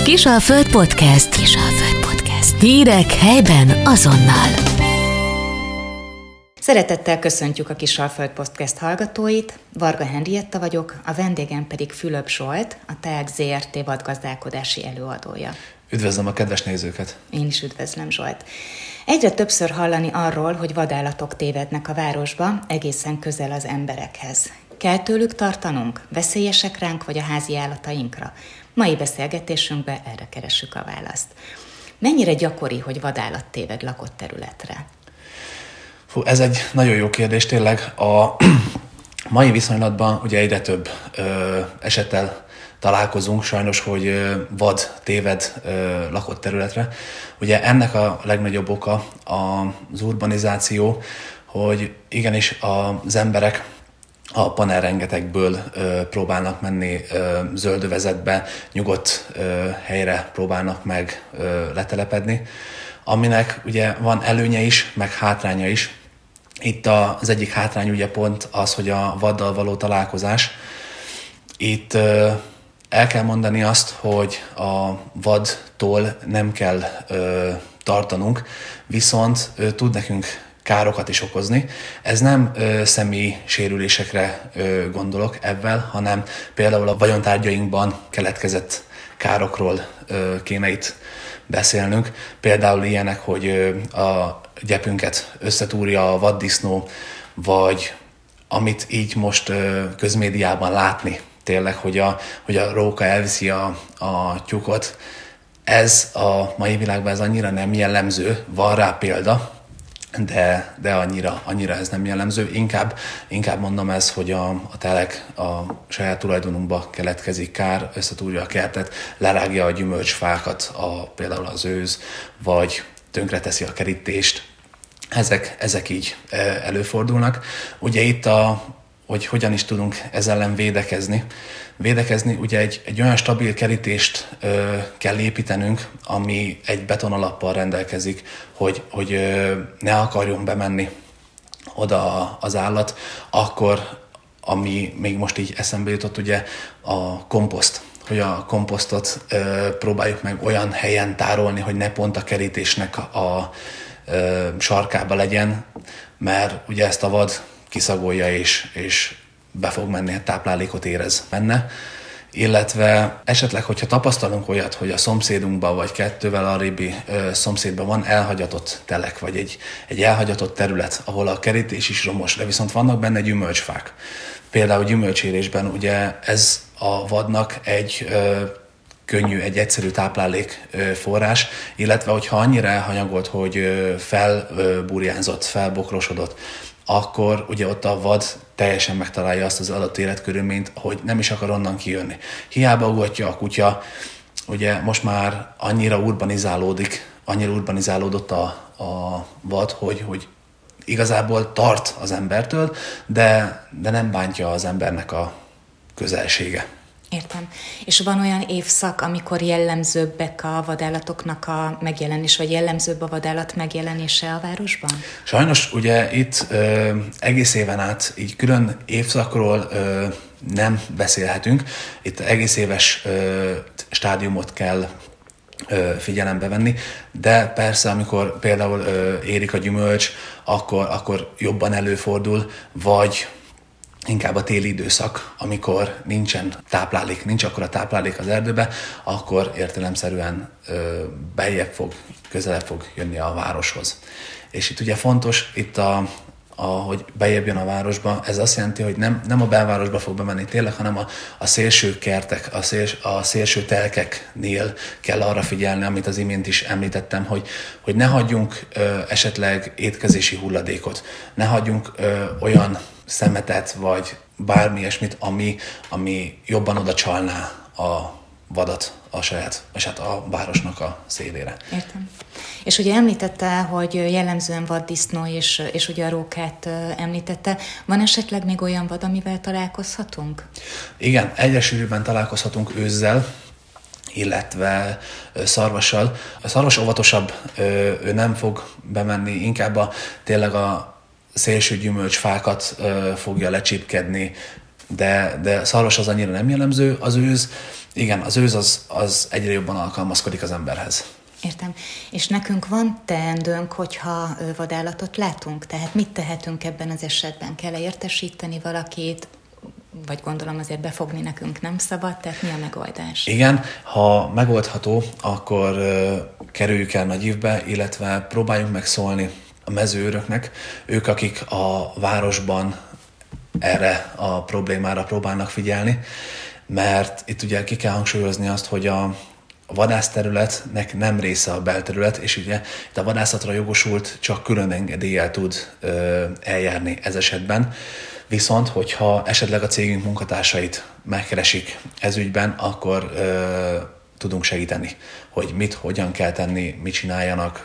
Kisalföld Podcast. Kisalföld Podcast. Hírek helyben azonnal. Szeretettel köszöntjük a Kisalföld Podcast hallgatóit. Varga Henrietta vagyok, a vendégem pedig Fülöp Zsolt, a TEAG ZRT vadgazdálkodási előadója. Üdvözlöm a kedves nézőket! Én is üdvözlöm, Zsolt. Egyre többször hallani arról, hogy vadállatok tévednek a városba, egészen közel az emberekhez. Kell tőlük tartanunk? Veszélyesek ránk vagy a házi állatainkra? Mai beszélgetésünkben erre keressük a választ. Mennyire gyakori, hogy vadállat téved lakott területre? Ez egy nagyon jó kérdés tényleg. A mai viszonylatban ugye egyre több esettel találkozunk sajnos, hogy vad téved lakott területre. Ugye ennek a legnagyobb oka az urbanizáció, hogy igenis az emberek a panelrengetegből próbálnak menni zöldövezetbe, nyugodt helyre próbálnak meg letelepedni, aminek ugye van előnye is, meg hátránya is. Itt az egyik hátrány ugye pont az, hogy a vaddal való találkozás. Itt el kell mondani azt, hogy a vadtól nem kell tartanunk, viszont tud nekünk károkat is okozni. Ez nem személyi sérülésekre gondolok ebben, hanem például a vagyontárgyainkban keletkezett károkról kéne itt beszélnünk. Például ilyenek, hogy a gyepünket összetúrja a vaddisznó, vagy amit így most közmédiában látni, tényleg, hogy a róka elviszi a tyúkot. Ez a mai világban ez annyira nem jellemző, van rá példa, de annyira ez nem jellemző. Inkább mondom ez, hogy tényleg a saját tulajdonunkba keletkezik kár, összetúrja a kertet, lerágja a gyümölcsfákat, például az őz, vagy tönkreteszi a kerítést. Ezek így előfordulnak. Ugye itt hogy hogyan is tudunk ezzel ellen védekezni. Ugye egy olyan stabil kerítést kell építenünk, ami egy betonalappal rendelkezik, hogy ne akarjon bemenni oda az állat. Akkor, ami még most így eszembe jutott, ugye a komposzt, hogy a komposztot próbáljuk meg olyan helyen tárolni, hogy ne pont a kerítésnek a sarkába legyen, mert ugye ezt a vad kiszagolja és be fog menni, táplálékot érez benne. Illetve esetleg, hogyha tapasztalunk olyat, hogy a szomszédunkban vagy kettővel arrébbi szomszédban van elhagyatott telek, vagy egy elhagyatott terület, ahol a kerítés is romos, de viszont vannak benne gyümölcsfák. Például gyümölcsérésben ugye ez a vadnak egy könnyű, egy egyszerű táplálékforrás, illetve hogyha annyira elhanyagolt, hogy felburjánzott, felbokrosodott, akkor ugye ott a vad teljesen megtalálja azt az adott életkörülményt, hogy nem is akar onnan kijönni. Hiába ugatja a kutya, ugye most már annyira urbanizálódott a vad, hogy igazából tart az embertől, de nem bántja az embernek a közelsége. Értem. És van olyan évszak, amikor jellemzőbbek a vadállatoknak a megjelenés, vagy jellemzőbb a vadállat megjelenése a városban? Sajnos ugye itt egész éven át így külön évszakról nem beszélhetünk. Itt egész éves stádiumot kell figyelembe venni, de persze, amikor például érik a gyümölcs, akkor jobban előfordul, vagy inkább a téli időszak, amikor nincs akkora táplálék az erdőbe, akkor értelemszerűen közelebb fog jönni a városhoz. És itt ugye fontos, hogy bejebb jön a városba, ez azt jelenti, hogy nem a belvárosba fog bemenni tényleg, hanem a szélső kertek, a szélső telkeknél kell arra figyelni, amit az imént is említettem, hogy ne hagyjunk esetleg étkezési hulladékot, ne hagyjunk olyan szemetet, vagy bármi ilyesmit, ami jobban oda csalná a vadat a városnak a szélére. Értem. És ugye említette, hogy jellemzően vaddisznó, és ugye a rókát említette. Van esetleg még olyan vad, amivel találkozhatunk? Igen, egyre sűrűbben találkozhatunk őzzel, illetve szarvassal. A szarvas óvatosabb, ő nem fog bemenni, inkább tényleg a szélső gyümölcsfákat fogja lecsípkedni, de szarvas az annyira nem jellemző. Az őz, igen, az őz az egyre jobban alkalmazkodik az emberhez. Értem. És nekünk van teendőnk, hogyha vadállatot látunk? Tehát mit tehetünk ebben az esetben? Kell-e értesíteni valakit? Vagy gondolom azért befogni nekünk nem szabad, tehát mi a megoldás? Igen, ha megoldható, akkor kerüljük el Nagyívbe, illetve próbáljunk meg szólni a mezőőröknek, ők, akik a városban erre a problémára próbálnak figyelni, mert itt ugye ki kell hangsúlyozni azt, hogy a vadászterületnek nem része a belterület, és ugye itt a vadászatra jogosult csak külön engedéllyel tud eljárni ez esetben. Viszont, hogyha esetleg a cégünk munkatársait megkeresik ez ügyben, akkor tudunk segíteni, hogy mit, hogyan kell tenni, mit csináljanak,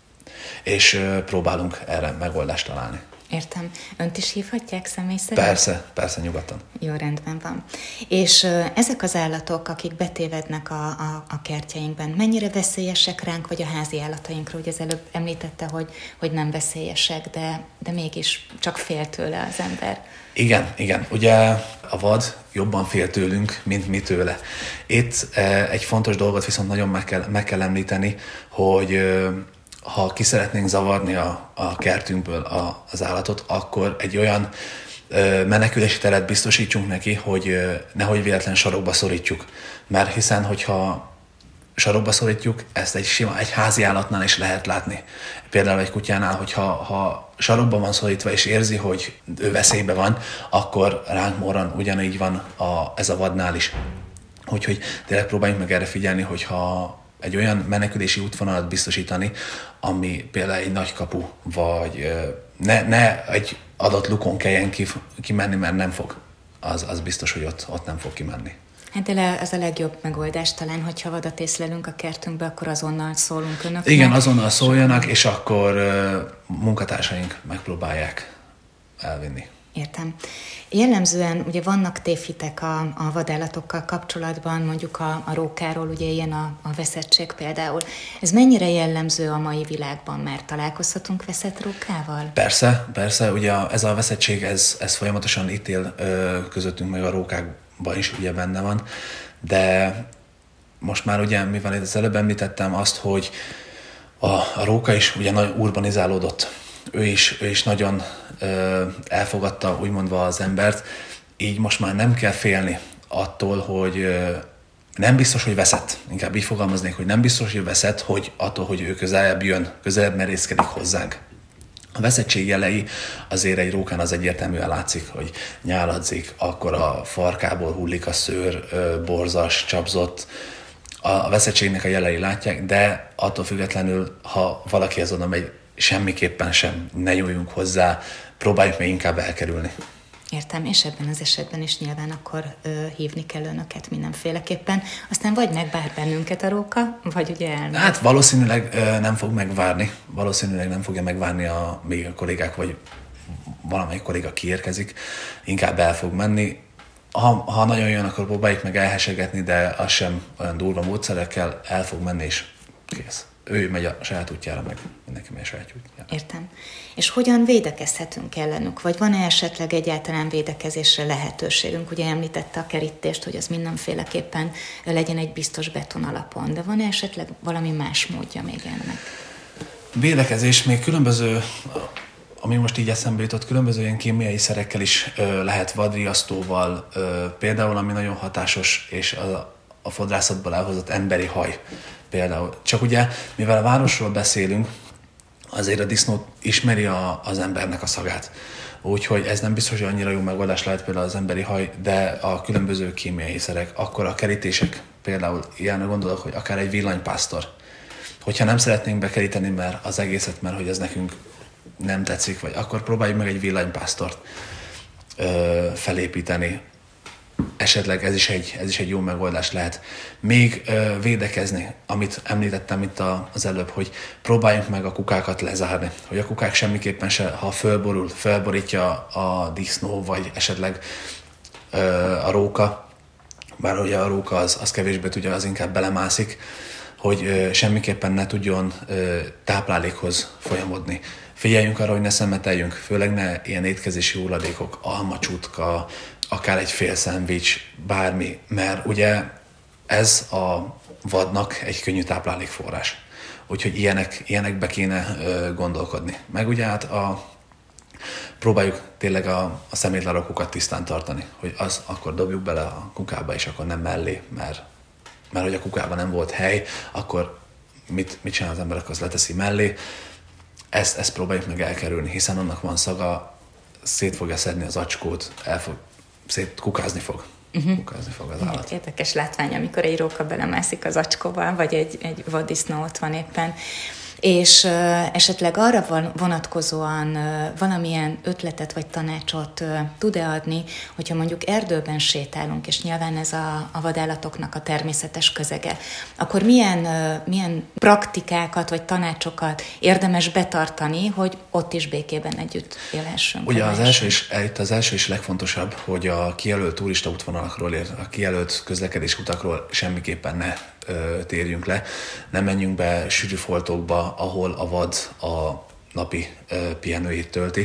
és próbálunk erre megoldást találni. Értem. Önt is hívhatják személy szerint? Persze, nyugodtan. Jó, rendben van. És ezek az állatok, akik betévednek a kertjeinkben, mennyire veszélyesek ránk, vagy a házi állatainkra? Ugye az előbb említette, hogy nem veszélyesek, de mégis csak fél tőle az ember. Igen. Ugye a vad jobban fél tőlünk, mint mi tőle. Itt egy fontos dolgot viszont nagyon meg kell említeni, hogy ha ki szeretnénk zavarni a kertünkből az állatot, akkor egy olyan menekülési teret biztosítsunk neki, hogy nehogy véletlen sarokba szorítjuk. Mert hiszen, hogyha sarokba szorítjuk, ezt egy házi állatnál is lehet látni. Például egy kutyánál, hogyha sarokba van szorítva és érzi, hogy ő veszélyben van, akkor ránk morran, ugyanígy van ez a vadnál is. Úgyhogy tényleg próbáljunk meg erre figyelni, hogyha egy olyan menekülési útvonalat biztosítani, ami például egy nagy kapu, vagy ne egy adott lukon kelljen kimenni, mert nem fog. Az biztos, hogy ott nem fog kimenni. Hát de az a legjobb megoldás talán, hogyha vadat észlelünk a kertünkbe, akkor azonnal szólunk önöknek. Igen, azonnal szóljanak, és akkor munkatársaink megpróbálják elvinni. Értem. Jellemzően ugye vannak tévhitek a vadállatokkal kapcsolatban, mondjuk a rókáról, ugye ilyen a veszettség például. Ez mennyire jellemző a mai világban? Már találkozhatunk veszett rókával? Persze, ugye ez a veszettség, ez folyamatosan itt él közöttünk, meg a rókákban is ugye benne van, de most már ugye, mivel az előbb említettem azt, hogy a róka is ugye nagyon urbanizálódott, ő is nagyon elfogadta úgymondva az embert, így most már nem kell félni attól, hogy nem biztos, hogy veszett. Inkább így fogalmaznék, hogy nem biztos, hogy veszett, hogy attól, hogy ő közelebb jön, közelebb merészkedik hozzánk. A veszettség jelei azért egy rókán az egyértelműen látszik, hogy nyáladzik, akkor a farkából hullik a szőr, borzas, csapzott. A veszettségnek a jelei látják, de attól függetlenül, ha valaki azonnal megy, semmiképpen sem, ne nyúljunk hozzá, próbáljuk meg inkább elkerülni. Értem, és ebben az esetben is nyilván akkor hívni kell önöket mindenféleképpen. Aztán vagy megvár bennünket a róka, vagy ugye elmegy. Hát valószínűleg nem fog megvárni. Valószínűleg nem fogja megvárni még a kollégák, vagy valamelyik kolléga kiérkezik. Inkább el fog menni. Ha nagyon jön, akkor próbáljuk meg elhesegetni, de az sem olyan durva módszerekkel, el fog menni, és kész. Ő megy a saját útjára, meg mindenki megy a saját útjára. Értem. És hogyan védekezhetünk ellenük? Vagy van-e esetleg egyáltalán védekezésre lehetőségünk? Ugye említette a kerítést, hogy az mindenféleképpen legyen egy biztos beton alapon, de van-e esetleg valami más módja még ennek? Védekezés még különböző, ami most így eszembe jutott, különböző ilyen kémiai szerekkel is lehet, vadriasztóval, például ami nagyon hatásos, és a fodrászatból elhozott emberi haj. Például. Csak ugye, mivel a városról beszélünk, azért a disznó ismeri az embernek a szagát. Úgyhogy ez nem biztos, hogy annyira jó megoldás lehet például az emberi haj, de a különböző kémiai szerek, akkor a kerítések, például ilyenre gondolok, hogy akár egy villanypásztor. Hogyha nem szeretnénk bekeríteni mert az egészet, mert hogy ez nekünk nem tetszik, vagy akkor próbáljuk meg egy villanypásztort felépíteni. Esetleg ez is egy jó megoldás lehet. Még védekezni, amit említettem itt az előbb, hogy próbáljunk meg a kukákat lezárni. Hogy a kukák semmiképpen se, ha felborítja a disznó, vagy esetleg a róka, bár ugye a róka az kevésbé tudja, az inkább belemászik, hogy semmiképpen ne tudjon táplálékhoz folyamodni. Figyeljünk arra, hogy ne szemeteljünk, főleg ne ilyen étkezési hulladékok, almacsutka, akár egy fél szendvics, bármi, mert ugye ez a vadnak egy könnyű táplálékforrás. Úgyhogy ilyenekbe kéne gondolkodni. Meg ugye hát próbáljuk tényleg a szemétlerakókat tisztán tartani, hogy az akkor dobjuk bele a kukába, és akkor nem mellé, mert hogy a kukában nem volt hely, akkor mit csinál az emberek, az leteszi mellé. Ezt próbáljuk meg elkerülni, hiszen annak van szaga, szét fogja szedni az acskót, kukázni fog. Kukázni fog az állat. Érdekes látvány, amikor egy róka belemászik az acskóba, vagy egy vaddisznó ott van éppen. És esetleg arra vonatkozóan valamilyen ötletet vagy tanácsot tud-e adni, hogyha mondjuk erdőben sétálunk, és nyilván ez a vadállatoknak a természetes közege, akkor milyen praktikákat vagy tanácsokat érdemes betartani, hogy ott is békében együtt élhessünk? Ugye az első és legfontosabb, hogy a kijelölt turista útvonalakról, a kijelölt közlekedés utakról semmiképpen ne térjünk le, ne menjünk be sűrű foltokba, ahol a vad a napi pihenőjét tölti.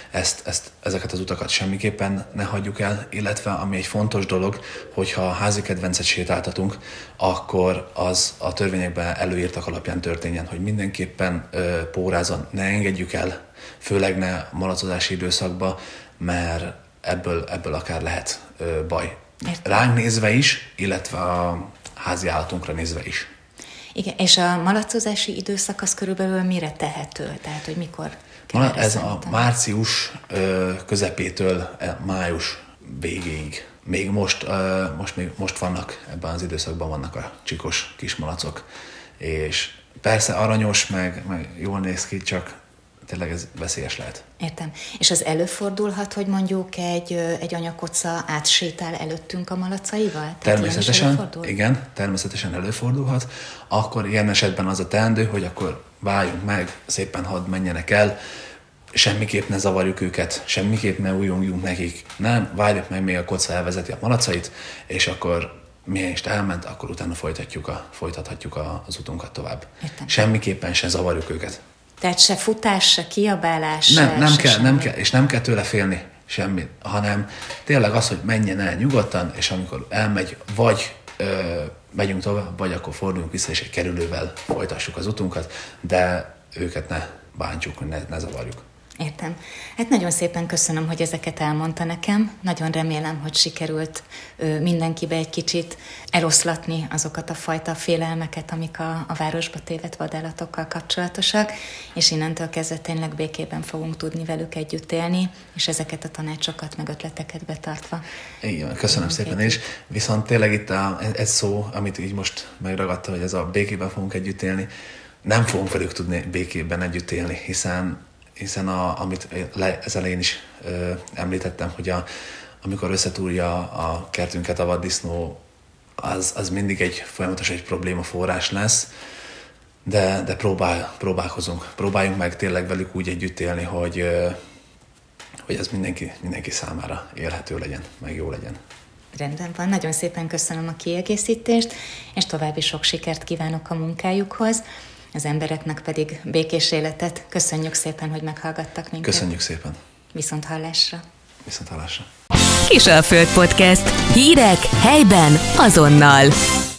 Ezeket az utakat semmiképpen ne hagyjuk el, illetve ami egy fontos dolog, hogyha házi kedvencet sétáltatunk, akkor az a törvényekben előírtak alapján történjen, hogy mindenképpen pórázon ne engedjük el, főleg ne malacozási időszakba, mert ebből akár lehet baj. Értem. Ránk nézve is, illetve a házi állatunkra nézve is. Igen, és a malacozási időszak az körülbelül mire tehető? Tehát, hogy mikor kell ez a március közepétől május végéig. Még most vannak, ebben az időszakban vannak a csikos kis malacok. És persze aranyos, meg jól néz ki, csak tényleg ez veszélyes lehet. Értem. És az előfordulhat, hogy mondjuk egy anyakoca átsétál előttünk a malacaival? Természetesen, igen, természetesen előfordulhat. Akkor ilyen esetben az a teendő, hogy akkor váljunk meg, szépen hadd menjenek el, semmiképp ne zavarjuk őket, semmiképp ne újongjunk nekik, nem, várjuk meg, még a koca elvezeti a malacait, és akkor milyen is elment, akkor utána folytathatjuk az utunkat tovább. Értem. Semmiképpen se zavarjuk őket. Tehát se futás, se kiabálás, nem kell, és nem kell tőle félni semmit, hanem tényleg az, hogy menjen el nyugodtan, és amikor elmegy, vagy megyünk tovább, vagy akkor forduljunk vissza, és egy kerülővel folytassuk az utunkat, de őket ne bántjuk, ne zavarjuk. Értem. Hát nagyon szépen köszönöm, hogy ezeket elmondta nekem. Nagyon remélem, hogy sikerült mindenkibe egy kicsit eloszlatni azokat a fajta félelmeket, amik a városba tévedt vadállatokkal kapcsolatosak, és innentől kezdve tényleg békében fogunk tudni velük együtt élni, és ezeket a tanácsokat meg ötleteket betartva. Igen, köszönöm szépen is. Viszont tényleg itt egy szó, amit így most megragadta, hogy ez a békében fogunk együtt élni, nem fogunk velük tudni békében együtt élni, hiszen amit az elején is említettem, hogy amikor összetúrja a kertünket a vaddisznó, az mindig folyamatos egy problémaforrás lesz, de próbáljunk meg tényleg velük úgy együtt élni, hogy ez mindenki számára élhető legyen, meg jó legyen. Rendben van, nagyon szépen köszönöm a kiegészítést, és további sok sikert kívánok a munkájukhoz. Az embereknek pedig békés életet. Köszönjük szépen, hogy meghallgattak minket. Köszönjük szépen. Viszont hallásra. Viszont hallásra. Kisalföld Podcast. Hírek helyben azonnal.